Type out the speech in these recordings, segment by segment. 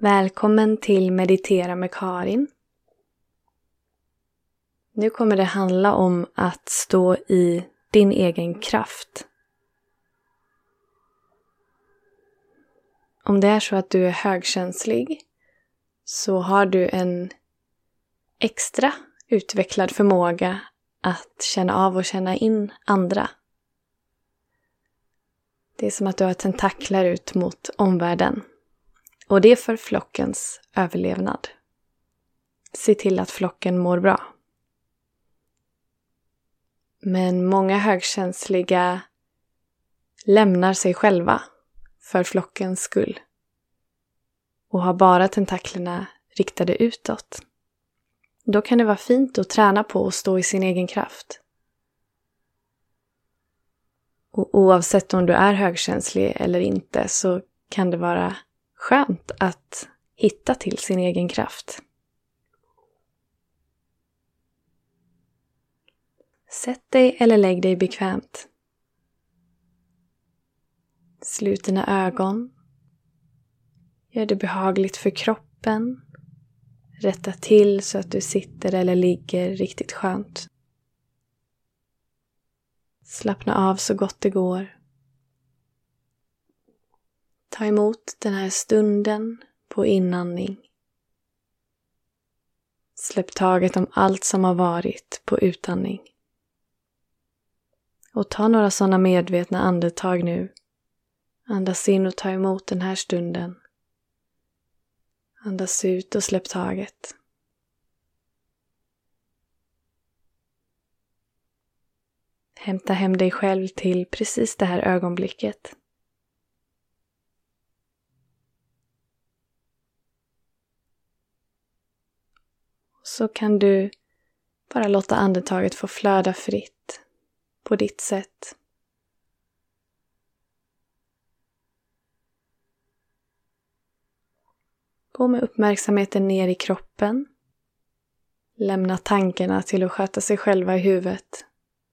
Välkommen till Meditera med Karin. Nu kommer det handla om att stå i din egen kraft. Om det är så att du är högkänslig så har du en extra utvecklad förmåga att känna av och känna in andra. Det är som att du har tentakler ut mot omvärlden. Och det är för flockens överlevnad. Se till att flocken mår bra. Men många högkänsliga lämnar sig själva för flockens skull. Och har bara tentaklerna riktade utåt. Då kan det vara fint att träna på att stå i sin egen kraft. Och oavsett om du är högkänslig eller inte så kan det vara skönt att hitta till sin egen kraft. Sätt dig eller lägg dig bekvämt. Slut dina ögon. Gör det behagligt för kroppen. Rätta till så att du sitter eller ligger riktigt skönt. Slappna av så gott det går. Ta emot den här stunden på inandning. Släpp taget om allt som har varit på utandning. Och ta några sådana medvetna andetag nu. Andas in och ta emot den här stunden. Andas ut och släpp taget. Hämta hem dig själv till precis det här ögonblicket. Så kan du bara låta andetaget få flöda fritt på ditt sätt. Gå med uppmärksamheten ner i kroppen. Lämna tankarna till att sköta sig själva i huvudet.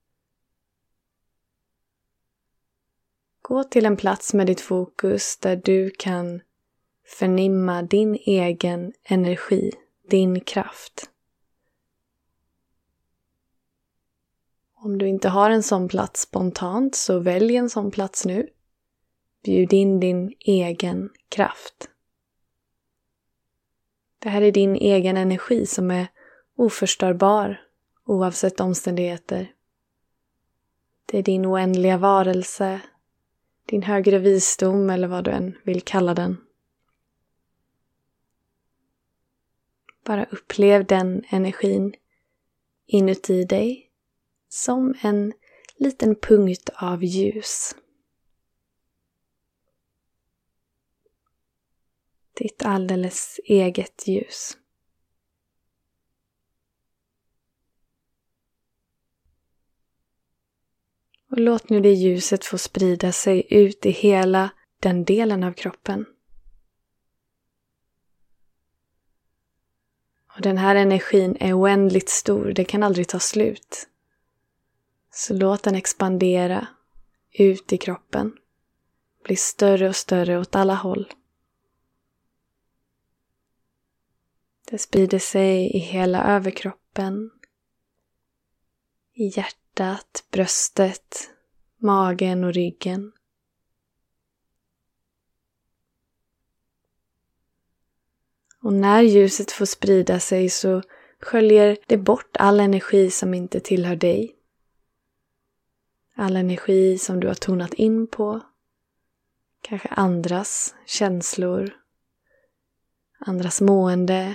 Gå till en plats med ditt fokus där du kan förnimma din egen energi, din kraft. Om du inte har en sån plats spontant så välj en sån plats nu. Bjud in din egen kraft. Det här är din egen energi som är oförstörbar oavsett omständigheter. Det är din oändliga varelse, din högre visdom eller vad du än vill kalla den. Bara upplev den energin inuti dig som en liten punkt av ljus. Ditt alldeles eget ljus. Och låt nu det ljuset få sprida sig ut i hela den delen av kroppen. Och den här energin är oändligt stor, det kan aldrig ta slut. Så låt den expandera ut i kroppen. Bli större och större åt alla håll. Det sprider sig i hela överkroppen. I hjärtat, bröstet, magen och ryggen. Och när ljuset får sprida sig så sköljer det bort all energi som inte tillhör dig. All energi som du har tonat in på. Kanske andras känslor. Andras mående.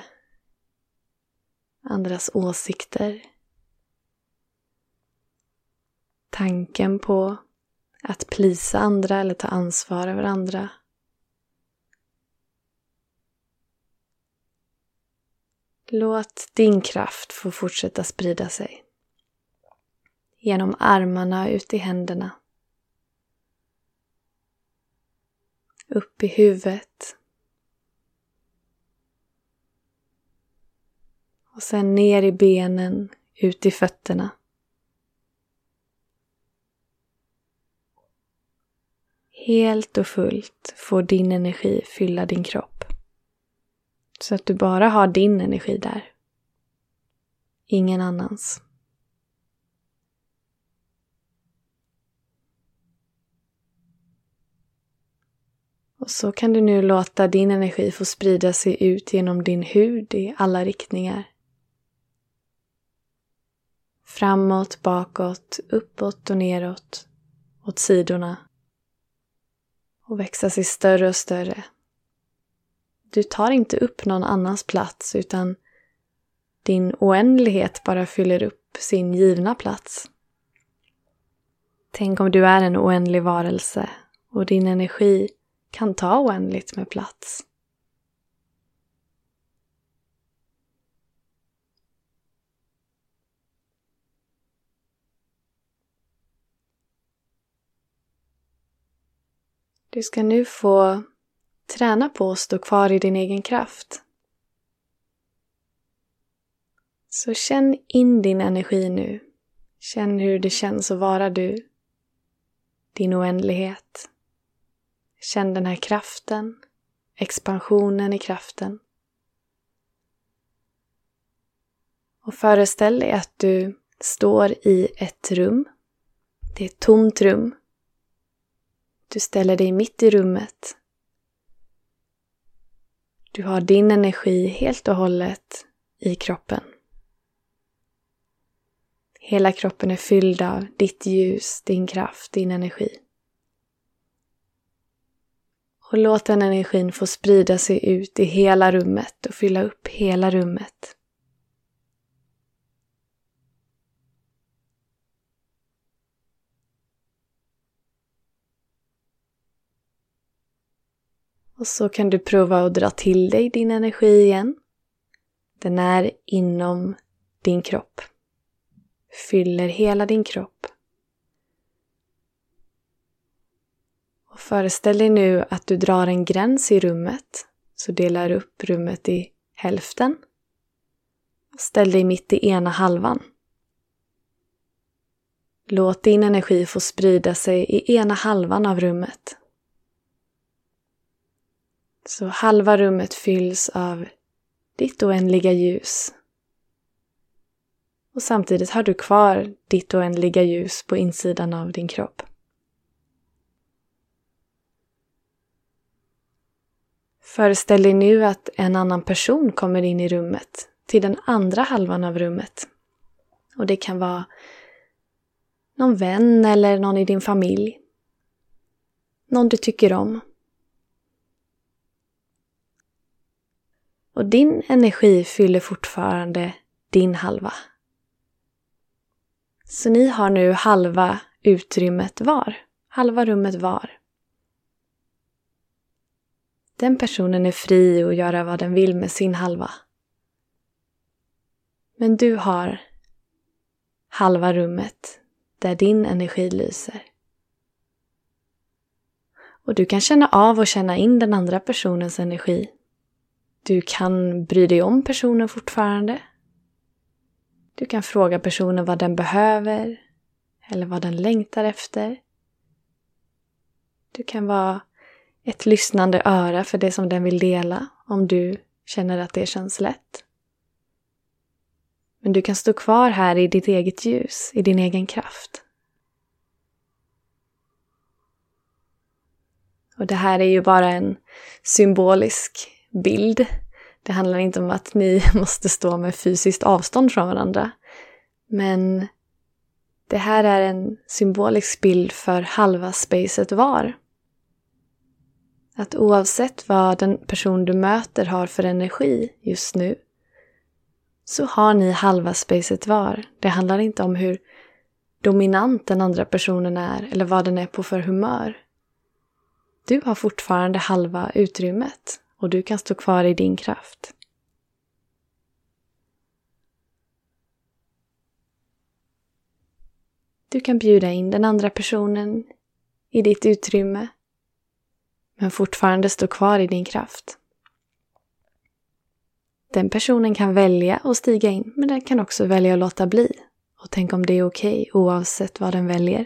Andras åsikter. Tanken på att plisa andra eller ta ansvar över andra. Låt din kraft få fortsätta sprida sig. Genom armarna ut i händerna. Upp i huvudet. Och sen ner i benen, ut i fötterna. Helt och fullt får din energi fylla din kropp. Så att du bara har din energi där. Ingen annans. Och så kan du nu låta din energi få sprida sig ut genom din hud i alla riktningar. Framåt, bakåt, uppåt och neråt, åt sidorna. Och växa sig större och större. Du tar inte upp någon annans plats utan din oändlighet bara fyller upp sin givna plats. Tänk om du är en oändlig varelse och din energi kan ta oändligt med plats. Du ska nu få träna på att stå kvar i din egen kraft. Så känn in din energi nu. Känn hur det känns att vara du. Din oändlighet. Känn den här kraften. Expansionen i kraften. Och föreställ dig att du står i ett rum. Det är ett tomt rum. Du ställer dig mitt i rummet. Du har din energi helt och hållet i kroppen. Hela kroppen är fylld av ditt ljus, din kraft, din energi. Och låt den energin få sprida sig ut i hela rummet och fylla upp hela rummet. Och så kan du prova att dra till dig din energi igen. Den är inom din kropp. Fyller hela din kropp. Och föreställ dig nu att du drar en gräns i rummet. Så delar upp rummet i hälften. Och ställ dig mitt i ena halvan. Låt din energi få sprida sig i ena halvan av rummet. Så halva rummet fylls av ditt oändliga ljus. Och samtidigt har du kvar ditt oändliga ljus på insidan av din kropp. Föreställ dig nu att en annan person kommer in i rummet till den andra halvan av rummet. Och det kan vara någon vän eller någon i din familj. Någon du tycker om. Och din energi fyller fortfarande din halva. Så ni har nu halva utrymmet var. Halva rummet var. Den personen är fri att göra vad den vill med sin halva. Men du har halva rummet där din energi lyser. Och du kan känna av och känna in den andra personens energi. Du kan bry dig om personen fortfarande. Du kan fråga personen vad den behöver eller vad den längtar efter. Du kan vara ett lyssnande öra för det som den vill dela om du känner att det känns lätt. Men du kan stå kvar här i ditt eget ljus, i din egen kraft. Och det här är ju bara en symbolisk bild. Det handlar inte om att ni måste stå med fysiskt avstånd från varandra. Men det här är en symbolisk bild för halva spacet var. Att oavsett vad den person du möter har för energi just nu, så har ni halva spacet var. Det handlar inte om hur dominant den andra personen är eller vad den är på för humör. Du har fortfarande halva utrymmet och du kan stå kvar i din kraft. Du kan bjuda in den andra personen i ditt utrymme, men fortfarande stå kvar i din kraft. Den personen kan välja att stiga in, men den kan också välja att låta bli. Och tänk om det är okej oavsett vad den väljer.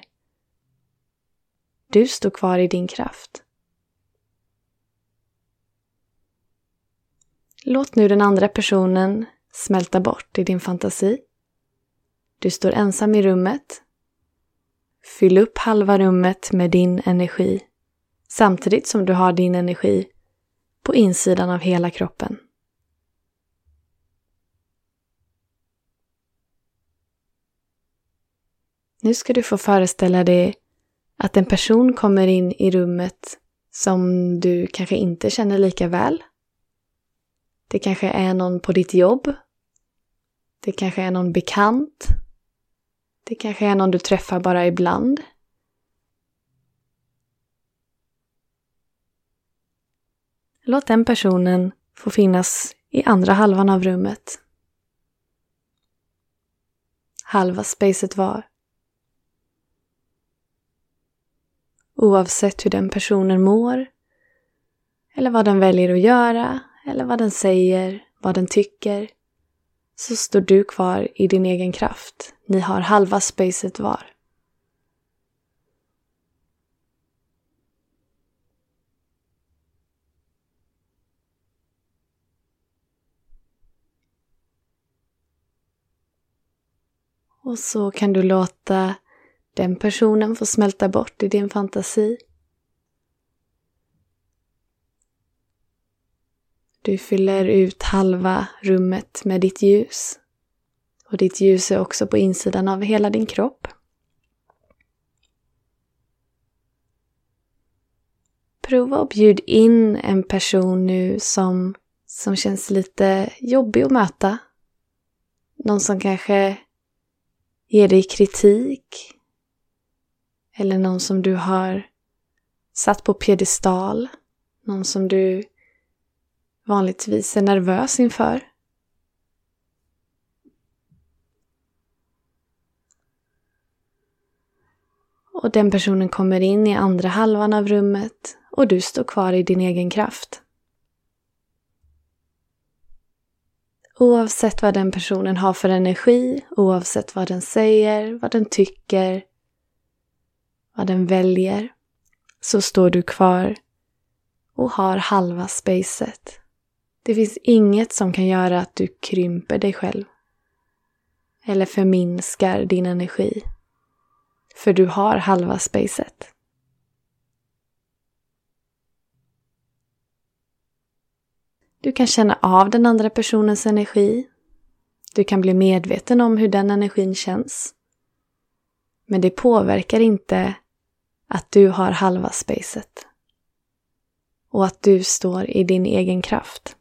Du står kvar i din kraft. Låt nu den andra personen smälta bort i din fantasi. Du står ensam i rummet. Fyll upp halva rummet med din energi, samtidigt som du har din energi på insidan av hela kroppen. Nu ska du få föreställa dig att en person kommer in i rummet som du kanske inte känner lika väl. Det kanske är någon på ditt jobb. Det kanske är någon bekant. Det kanske är någon du träffar bara ibland. Låt den personen få finnas i andra halvan av rummet. Halva spacet var. Oavsett hur den personen mår, eller vad den väljer att göra, eller vad den säger, vad den tycker, så står du kvar i din egen kraft. Ni har halva spacet var. Och så kan du låta den personen få smälta bort i din fantasi. Du fyller ut halva rummet med ditt ljus. Och ditt ljus är också på insidan av hela din kropp. Prova och bjud in en person nu som känns lite jobbig att möta. Någon som kanske ger dig kritik. Eller någon som du har satt på piedestal. Någon som du vanligtvis är nervös inför. Och den personen kommer in i andra halvan av rummet och du står kvar i din egen kraft. Oavsett vad den personen har för energi, oavsett vad den säger, vad den tycker, vad den väljer, så står du kvar och har halva spacet. Det finns inget som kan göra att du krymper dig själv eller förminskar din energi, för du har halva spacet. Du kan känna av den andra personens energi. Du kan bli medveten om hur den energin känns. Men det påverkar inte att du har halva spacet. Och att du står i din egen kraft.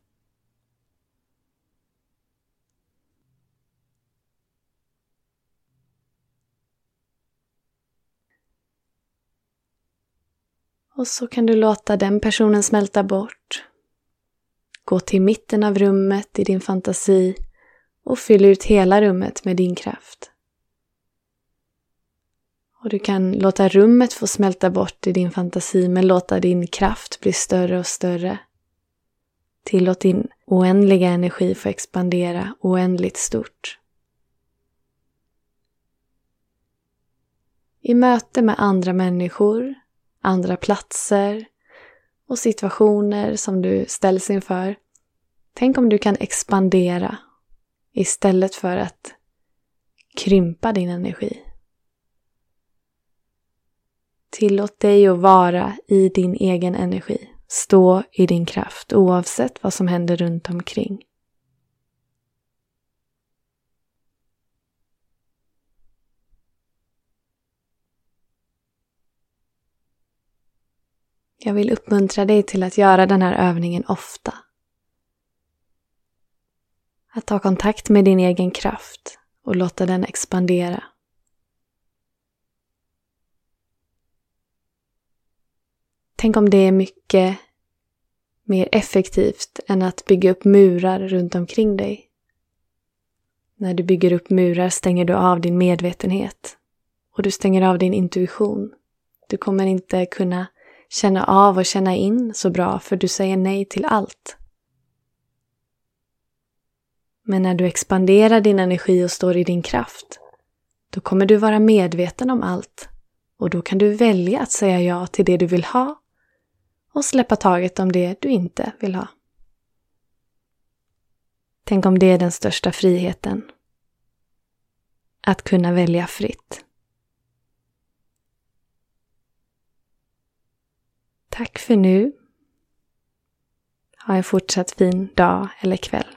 Och så kan du låta den personen smälta bort. Gå till mitten av rummet i din fantasi och fyll ut hela rummet med din kraft. Och du kan låta rummet få smälta bort i din fantasi, men låta din kraft bli större och större. Tillåt din oändliga energi få expandera oändligt stort. I möte med andra människor, andra platser och situationer som du ställs inför, tänk om du kan expandera istället för att krympa din energi. Tillåt dig att vara i din egen energi. Stå i din kraft oavsett vad som händer runt omkring. Jag vill uppmuntra dig till att göra den här övningen ofta. Att ta kontakt med din egen kraft och låta den expandera. Tänk om det är mycket mer effektivt än att bygga upp murar runt omkring dig. När du bygger upp murar stänger du av din medvetenhet och du stänger av din intuition. Du kommer inte kunna känna av och känna in så bra, för du säger nej till allt. Men när du expanderar din energi och står i din kraft, då kommer du vara medveten om allt och då kan du välja att säga ja till det du vill ha och släppa taget om det du inte vill ha. Tänk om det är den största friheten. Att kunna välja fritt. Tack för nu. Ha en fortsatt fin dag eller kväll.